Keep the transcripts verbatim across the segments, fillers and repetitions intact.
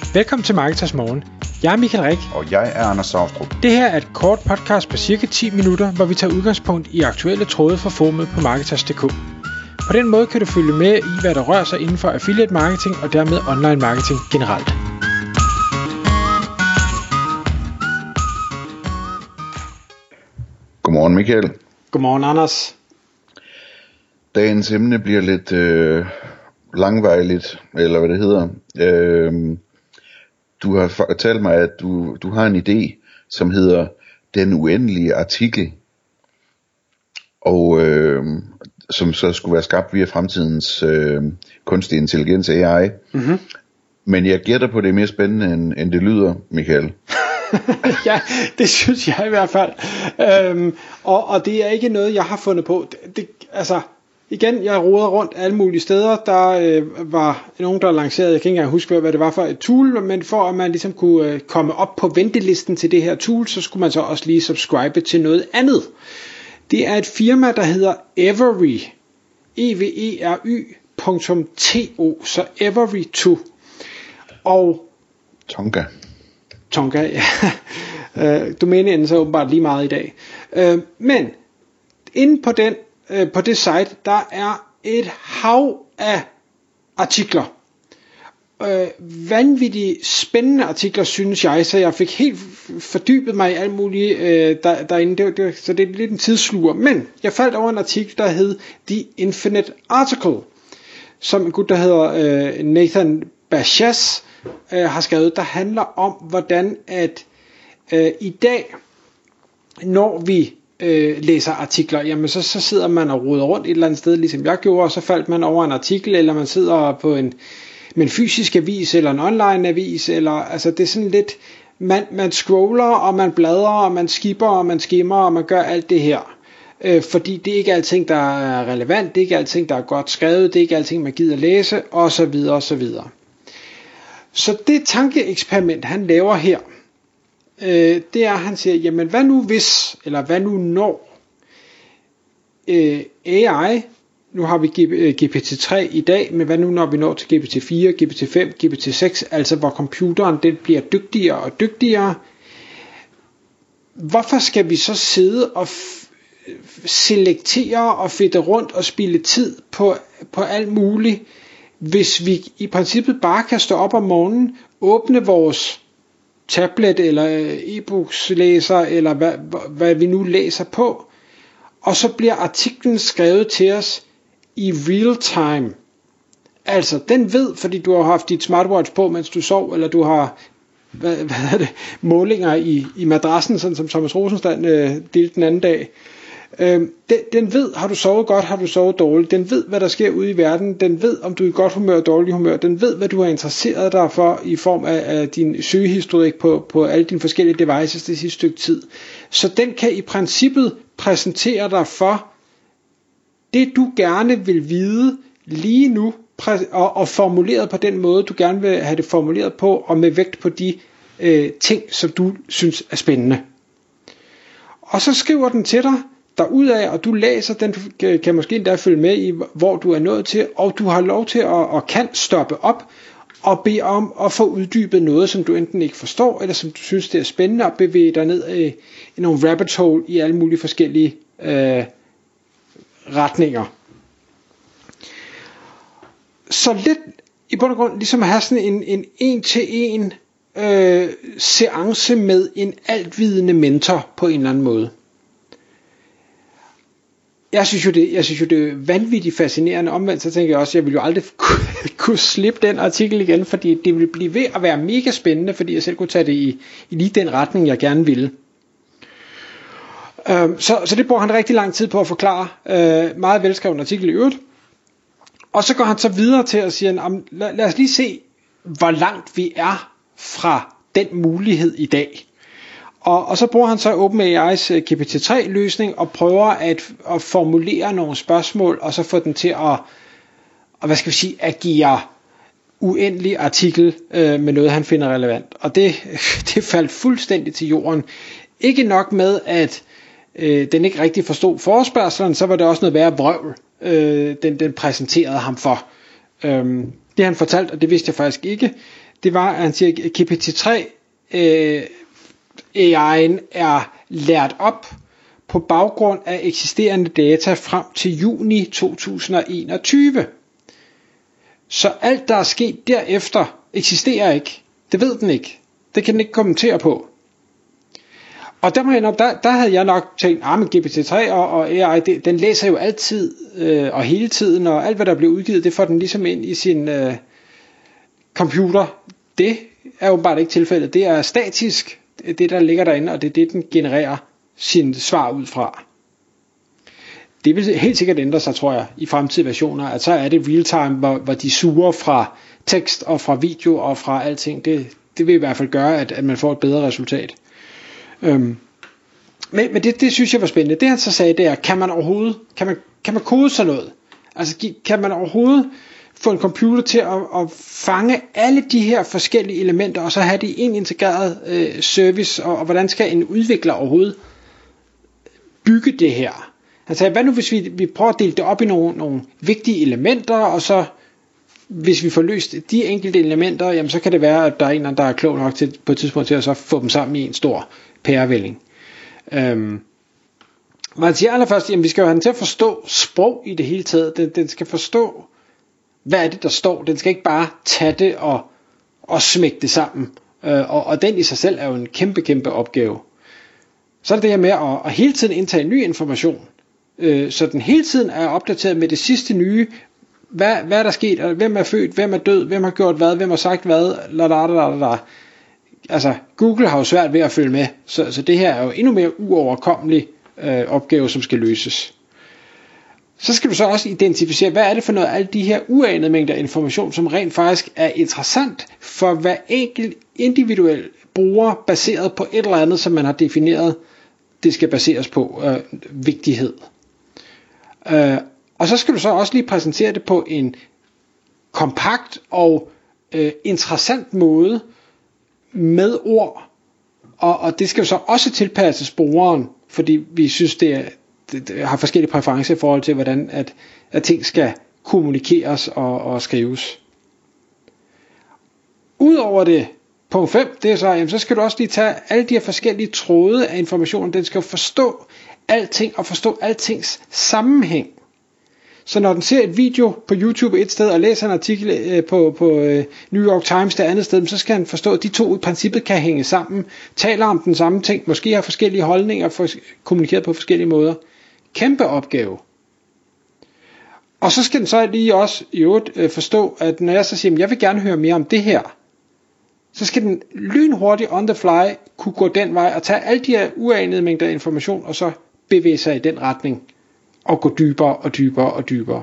Velkommen til Marketers Morgen. Jeg er Michael Rik. Og jeg er Anders Saustrup. Det her er et kort podcast på cirka ti minutter, hvor vi tager udgangspunkt i aktuelle tråde fra forumet på Marketers punktum d k. På den måde kan du følge med i, hvad der rører sig inden for affiliate marketing og dermed online marketing generelt. Godmorgen Michael. Godmorgen Anders. Dagens emne bliver lidt øh, langvejligt, eller hvad det hedder. Øh, du har fortalt mig, at du, du har en idé, som hedder Den Uendelige Artikel, og øh, som så skulle være skabt via fremtidens øh, kunstig intelligens A I. Mm-hmm. Men jeg gætter på, det er mere spændende, end, end det lyder, Michael. Ja, det synes jeg i hvert fald. Øhm, og, og det er ikke noget, jeg har fundet på. Det, det, altså, igen, jeg roder rundt alle mulige steder. Der øh, var nogen, der lancerede, jeg kan ikke engang huske, hvad det var for et tool, men for at man ligesom kunne øh, komme op på ventelisten til det her tool, så skulle man så også lige subscribe til noget andet. Det er et firma, der hedder Every, E V E R Y punktum T O, så Every to. Og Tonka. Tonka, ja. Domæneenden så åbenbart lige meget i dag. Øh, men inde på den, øh, på det site, der er et hav af artikler. Øh, vanvittigt spændende artikler, synes jeg, så jeg fik helt fordybet mig i alt muligt øh, der, derinde, det, det, så det er lidt en tidssluger. Men jeg faldt over en artikel, der hed The Infinite Article, som en gut, der hedder øh, Nathan Bashas, øh, har skrevet, der handler om, hvordan at øh, i dag, når vi øh, læser artikler, jamen så, så sidder man og roder rundt et eller andet sted, ligesom jeg gjorde, og så faldt man over en artikel, eller man sidder på en, med en fysisk avis, eller en online avis, eller, altså det er sådan lidt, man, man scroller, og man bladrer, og man skipper, og man skimmer, og man gør alt det her. Øh, fordi det er ikke alting, der er relevant, det er ikke alting, der er godt skrevet, det er ikke alting, man gider læse, og så videre, og så videre. Så det tankeeksperiment, han laver her, øh, det er, at han siger, jamen hvad nu hvis, eller hvad nu når øh, A I, nu har vi G P T tre i dag, men hvad nu når vi når til G P T fire, G P T fem, G P T seks, altså hvor computeren den bliver dygtigere og dygtigere. Hvorfor skal vi så sidde og f- selektere og fedte rundt og spilde tid på, på alt muligt, hvis vi i princippet bare kan stå op om morgenen, åbne vores tablet eller e-books læser, eller hvad, hvad vi nu læser på, og så bliver artiklen skrevet til os i real time. Altså, den ved, fordi du har haft dit smartwatch på, mens du sov, eller du har hvad, hvad er det, målinger i, i madrassen, sådan som Thomas Rosenstand øh, delte den anden dag. Øhm, den, den ved, har du sovet godt, har du sovet dårligt, den ved, hvad der sker ude i verden, den ved, om du er i godt humør og dårligt humør, den ved, hvad du har interesseret dig for i form af, af din søgehistorik på, på alle dine forskellige devices det sidste stykke tid. Så den kan i princippet præsentere dig for det, du gerne vil vide lige nu, og, og formuleret på den måde, du gerne vil have det formuleret på, og med vægt på de øh, ting, som du synes er spændende. Og så skriver den til dig derudaf, og du læser, den kan måske endda følge med i, hvor du er nået til, og du har lov til at, og kan stoppe op, og bede om at få uddybet noget, som du enten ikke forstår, eller som du synes det er spændende, og bevæge dig ned i, i nogle rabbit hole i alle mulige forskellige øh, retninger. Så lidt i bund og grund ligesom at have sådan en, en en-til-en øh, seance med en altvidende mentor på en eller anden måde. Jeg synes jo det, jeg synes jo det er vanvittigt fascinerende. Omvendt så tænker jeg også, at jeg vil jo aldrig kunne, kunne slippe den artikel igen, fordi det vil blive ved at være mega spændende, fordi jeg selv kunne tage det i, i lige den retning, jeg gerne ville. Øh, så, så det bruger han rigtig lang tid på at forklare. Øh, meget velskreven artikel i øvrigt. Og så går han så videre til at sige, lad, lad os lige se, hvor langt vi er fra den mulighed i dag. Og, og så bruger han så OpenAI's G P T tre løsning og prøver at, at formulere nogle spørgsmål, og så få den til at, at hvad skal vi sige, agere uendelig artikel øh, med noget, han finder relevant. Og det, det faldt fuldstændig til jorden. Ikke nok med, at øh, den ikke rigtig forstod forespørgselen, så var det også noget værre vrøvl, øh, den, den præsenterede ham for. Øhm, det han fortalte, og det vidste jeg faktisk ikke, det var, at han siger, at G P T tre øh, A I'en er lært op på baggrund af eksisterende data frem til juni to tusind og enogtyve. Så alt, der er sket derefter, eksisterer ikke. Det ved den ikke. Det kan den ikke kommentere på. Og der, må jeg nok, der, der havde jeg nok tænkt, ah, men G P T tre og, og A I, det, den læser jo altid øh, og hele tiden, og alt hvad der bliver udgivet, det får den ligesom ind i sin øh, computer. Det er jo bare ikke tilfældet. Det er statisk, det der ligger derinde, og det er det, den genererer sin svar ud fra. Det vil helt sikkert ændre sig, tror jeg, i fremtidige versioner, at så er det real time, hvor, hvor de suger fra tekst og fra video og fra alting. Det, det vil i hvert fald gøre, at, at man får et bedre resultat. Øhm. Men, men det, det synes jeg var spændende. Det han så sagde, det er, kan man overhovedet, kan man, kan man kode sådan noget? Altså kan man overhovedet få en computer til at, at fange alle de her forskellige elementer, og så have det i en integreret øh, service, og, og hvordan skal en udvikler overhovedet bygge det her? Han sagde, hvad nu hvis vi, vi prøver at dele det op i nogle, nogle vigtige elementer, og så hvis vi får løst de enkelte elementer, jamen så kan det være, at der er en, der er klog nok til på et tidspunkt til at så få dem sammen i en stor pærevælling. Øhm. Man siger allerførst, jamen vi skal jo have den til at forstå sprog i det hele taget. Den, den skal forstå, hvad er det der står. Den skal ikke bare tage det og, og smække det sammen. Øh, og, og den i sig selv er jo en kæmpe, kæmpe opgave. Så er det det her med at, at hele tiden indtage ny information. Øh, så den hele tiden er opdateret med det sidste nye. Hvad, hvad er der sket? Hvem er født? Hvem er død? Hvem har gjort hvad? Hvem har sagt hvad? Ladadadadada. Altså Google har jo svært ved at følge med. Så, så det her er jo endnu mere uoverkommelig øh, opgave, som skal løses. Så skal du så også identificere, hvad er det for noget af alle de her uanede mængder information, som rent faktisk er interessant for hver enkelt individuel bruger, baseret på et eller andet, som man har defineret, det skal baseres på øh, vigtighed. Øh, og så skal du så også lige præsentere det på en kompakt og øh, interessant måde med ord, og, og det skal jo så også tilpasses brugeren, fordi vi synes det, er, det, det har forskellige præferencer i forhold til hvordan at, at ting skal kommunikeres og, og skrives. Udover det, punkt fem, det er så, jamen, så skal du også lige tage alle de her forskellige tråde af information. Den skal jo forstå alting og forstå altings sammenhæng. Så når den ser et video på YouTube et sted og læser en artikel øh, på, på øh, New York Times det andet sted, så skal han forstå, at de to i princippet kan hænge sammen, taler om den samme ting, måske har forskellige holdninger, for, kommunikeret på forskellige måder. Kæmpe opgave. Og så skal den så lige også i øvrigt øh, forstå, at når jeg så siger, at jeg vil gerne høre mere om det her, så skal den lynhurtigt on the fly kunne gå den vej og tage alle de her uanede mængder information og så bevæge sig i den retning. Og gå dybere og dybere og dybere.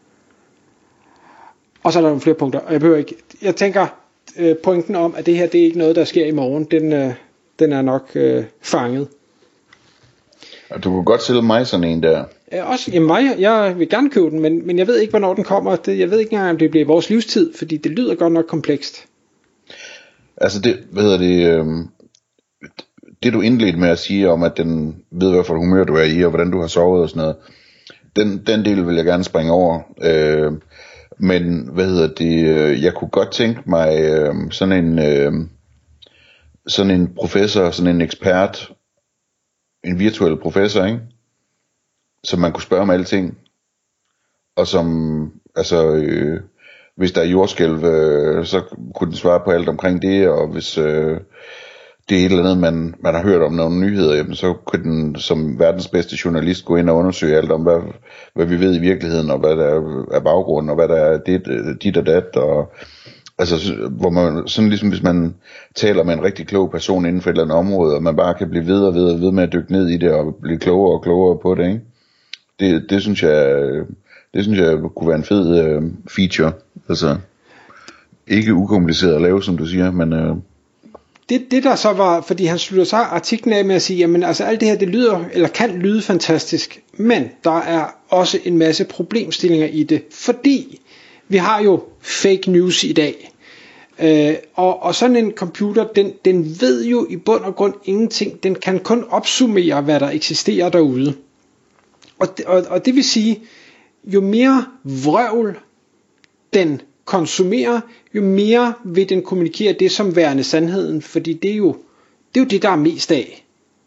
Og så er der nogle flere punkter. Og jeg behøver ikke. Jeg tænker øh, pointen om, at det her det er ikke noget, der sker i morgen. Den, øh, den er nok øh, fanget. Og du kunne godt sælge mig sådan en der. Ja, også, jamen mig, jeg vil gerne købe den, men, men jeg ved ikke, hvornår den kommer. Det, jeg ved ikke engang, om det bliver vores livstid, fordi det lyder godt nok komplekst. Altså det, hvad hedder det... Øh... Det du indledte med at sige om, at den ved, hvad for humør du er i, og hvordan du har sovet og sådan noget, den, den del vil jeg gerne springe over. Øh, men, hvad hedder det, jeg kunne godt tænke mig øh, sådan en øh, sådan en professor, sådan en ekspert, en virtuel professor, ikke? Som man kunne spørge om alting. Og som, altså, øh, hvis der er jordskælv, øh, så kunne den svare på alt omkring det, og hvis... Øh, det er et eller andet, man, man har hørt om nogle nyheder, jamen, så kunne den som verdens bedste journalist gå ind og undersøge alt om, hvad, hvad vi ved i virkeligheden, og hvad der er baggrunden, og hvad der er dit, dit og dat, og altså, hvor man, sådan ligesom hvis man taler med en rigtig klog person inden for et eller andet område, og man bare kan blive ved og ved og ved med at dykke ned i det, og blive klogere og klogere på det, ikke? Det, det synes jeg, det synes jeg kunne være en fed uh, feature, altså, ikke ukompliceret at lave, som du siger, men... Uh, Det, det der så var, fordi han slutter så artiklen af med at sige, jamen altså alt det her, det lyder, eller kan lyde fantastisk, men der er også en masse problemstillinger i det, fordi vi har jo fake news i dag, øh, og, og sådan en computer, den, den ved jo i bund og grund ingenting, den kan kun opsummere, hvad der eksisterer derude, og, og, og det vil sige, jo mere vrøvl den konsumerer, jo mere vil den kommunikere det som værende sandheden, fordi det er jo det, er jo det der er mest af.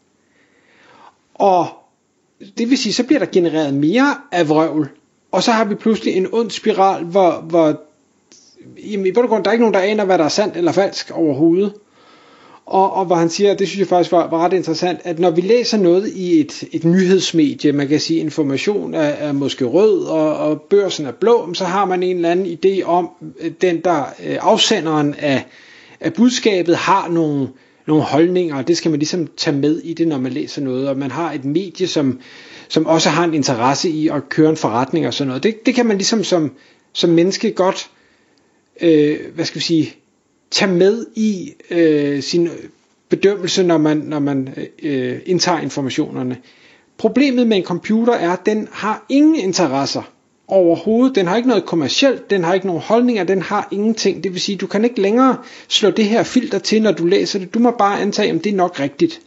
Og det vil sige, så bliver der genereret mere af vrøvl, og så har vi pludselig en ond spiral, hvor, hvor jamen, i bund og grund, der er ikke nogen, der aner, hvad der er sandt eller falsk overhovedet. Og, og hvad han siger, det synes jeg faktisk var, var ret interessant, at når vi læser noget i et, et nyhedsmedie, man kan sige, information er, er måske rød, og, og børsen er blå, så har man en eller anden idé om, den der øh, afsenderen af, af budskabet har nogle, nogle holdninger, og det skal man ligesom tage med i det, når man læser noget, og man har et medie, som, som også har en interesse i at køre en forretning og sådan noget. Det, det kan man ligesom som, som menneske godt, øh, hvad skal vi sige, tage med i øh, sin bedømmelse, når man, når man øh, indtager informationerne. Problemet med en computer er, at den har ingen interesser overhovedet. Den har ikke noget kommercielt, den har ikke nogen holdninger, den har ingenting. Det vil sige, du kan ikke længere slå det her filter til, når du læser det. Du må bare antage, om det er nok rigtigt.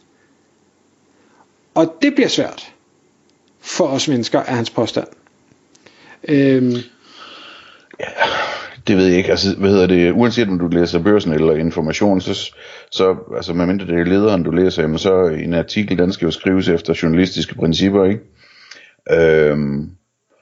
Og det bliver svært for os mennesker, er hans påstand. Øhm. Ja. Det ved jeg ikke, altså, hvad hedder det, uanset om du læser Børsen eller Information, så, så altså, medmindre det er lederen, du læser, jamen, så en artikel, den skal jo skrives efter journalistiske principper, ikke? Øhm,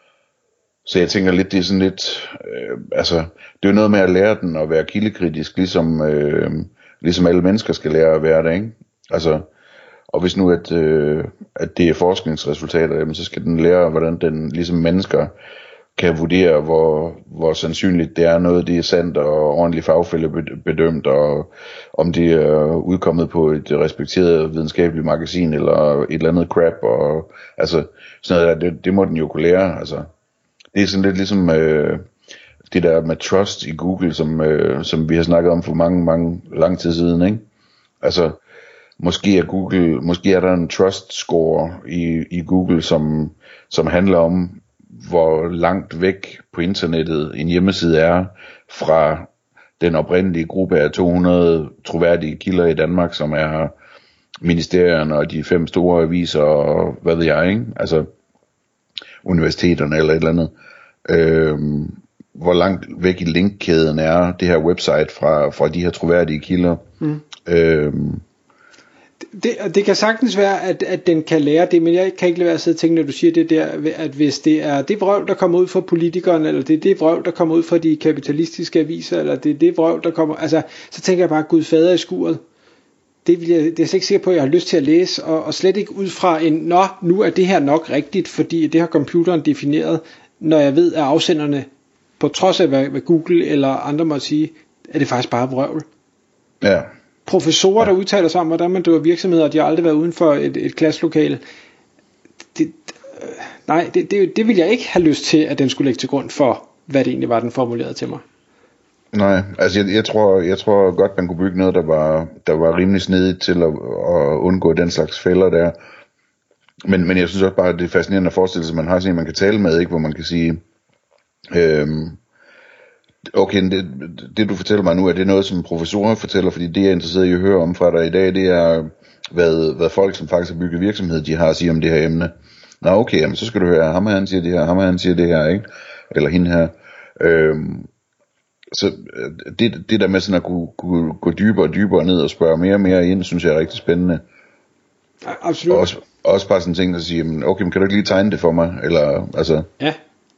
så jeg tænker lidt, det er sådan lidt, øh, altså, det er jo noget med at lære den at være kildekritisk, ligesom, øh, ligesom alle mennesker skal lære at være det, ikke? Altså, og hvis nu, at, øh, at det er forskningsresultater, jamen, så skal den lære, hvordan den, ligesom mennesker, kan vurdere, hvor, hvor sandsynligt det er noget, det er sandt og ordentligt fagfælde bedømt, og om det er udkommet på et respekteret videnskabeligt magasin, eller et eller andet crap, og altså, sådan noget der, det, det må den jo kunne lære, altså. Det er sådan lidt ligesom øh, det der med trust i Google, som, øh, som vi har snakket om for mange, mange, lang tid siden, ikke? Altså, måske er Google, måske er der en trust score i, i Google, som, som handler om, hvor langt væk på internettet en hjemmeside er fra den oprindelige gruppe af to hundrede troværdige kilder i Danmark, som er ministerierne og de fem store aviser og hvad ved jeg, ikke? Altså universiteterne eller et eller andet. Øhm, hvor langt væk i linkkæden er det her website fra, fra de her troværdige kilder. Mm. Øhm, Det, det kan sagtens være, at, at den kan lære det, men jeg kan ikke lade være at sidde og tænke, når du siger det der, at hvis det er det vrøvl, der kommer ud fra politikerne, eller det er det vrøvl, der kommer ud fra de kapitalistiske aviser, eller det er det vrøvl, der kommer, altså, så tænker jeg bare, Gud fader i skuret. Det, vil jeg, det er jeg slet ikke sikker på, at jeg har lyst til at læse, og, og slet ikke ud fra en, nå, nu er det her nok rigtigt, fordi det har computeren defineret, når jeg ved, at afsenderne, på trods af hvad, hvad Google eller andre måtte sige, er det faktisk bare vrøvl. Ja. Professorer, der udtaler sig om, hvordan man driver virksomheder, og de har aldrig været uden for et, et klasselokale. Det, øh, nej, det, det, det vil jeg ikke have lyst til, at den skulle lægge til grund for, hvad det egentlig var, den formulerede til mig. Nej, altså jeg, jeg, tror, jeg tror godt, man kunne bygge noget, der var, der var rimelig snedigt til at, at undgå den slags fælder der. Men, men jeg synes også bare, at det er fascinerende at forestille sig, at man har sådan en, man kan tale med, ikke, hvor man kan sige... Øhm, Okay, det, det du fortæller mig nu, er det noget, som professorer fortæller, fordi det jeg er interesseret i at høre om fra dig i dag, det er, hvad, hvad folk, som faktisk har bygget virksomhed, de har at sige om det her emne. Nå okay, jamen, så skal du høre, ham her han siger det her, ham her han siger det her, ikke? Eller hende her. Øhm, så det, det der med sådan at kunne, kunne gå dybere og dybere ned og spørge mere og mere ind, synes jeg er rigtig spændende. Ja, absolut. Og også, også bare sådan ting, der siger, okay, men kan du ikke lige tegne det for mig? Eller, altså... Ja.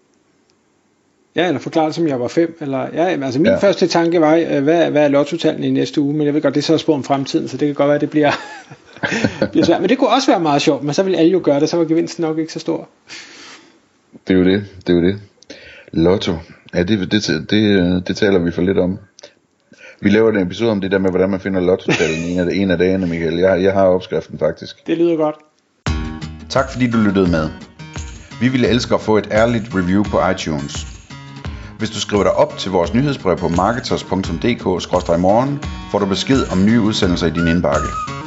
Ja, eller forklare det, som jeg var fem. Eller, ja, altså min ja. første tanke var, hvad, hvad er lottotallene i næste uge? Men jeg ved godt, det er så at spå om fremtiden, så det kan godt være, at det bliver, bliver svært. Men det kunne også være meget sjovt, men så ville alle jo gøre det, så var gevinsten nok ikke så stor. Det er jo det, det er jo det. Lotto, ja, det, det, det, det taler vi for lidt om. Vi laver en episode om det der med, hvordan man finder lottotallene en af, en af dagene, Michael. Jeg, jeg har opskriften faktisk. Det lyder godt. Tak fordi du lyttede med. Vi ville elske at få et ærligt review på iTunes. Hvis du skriver dig op til vores nyhedsbrev på marketers punktum d k skråstreg morgen, får du besked om nye udsendelser i din indbakke.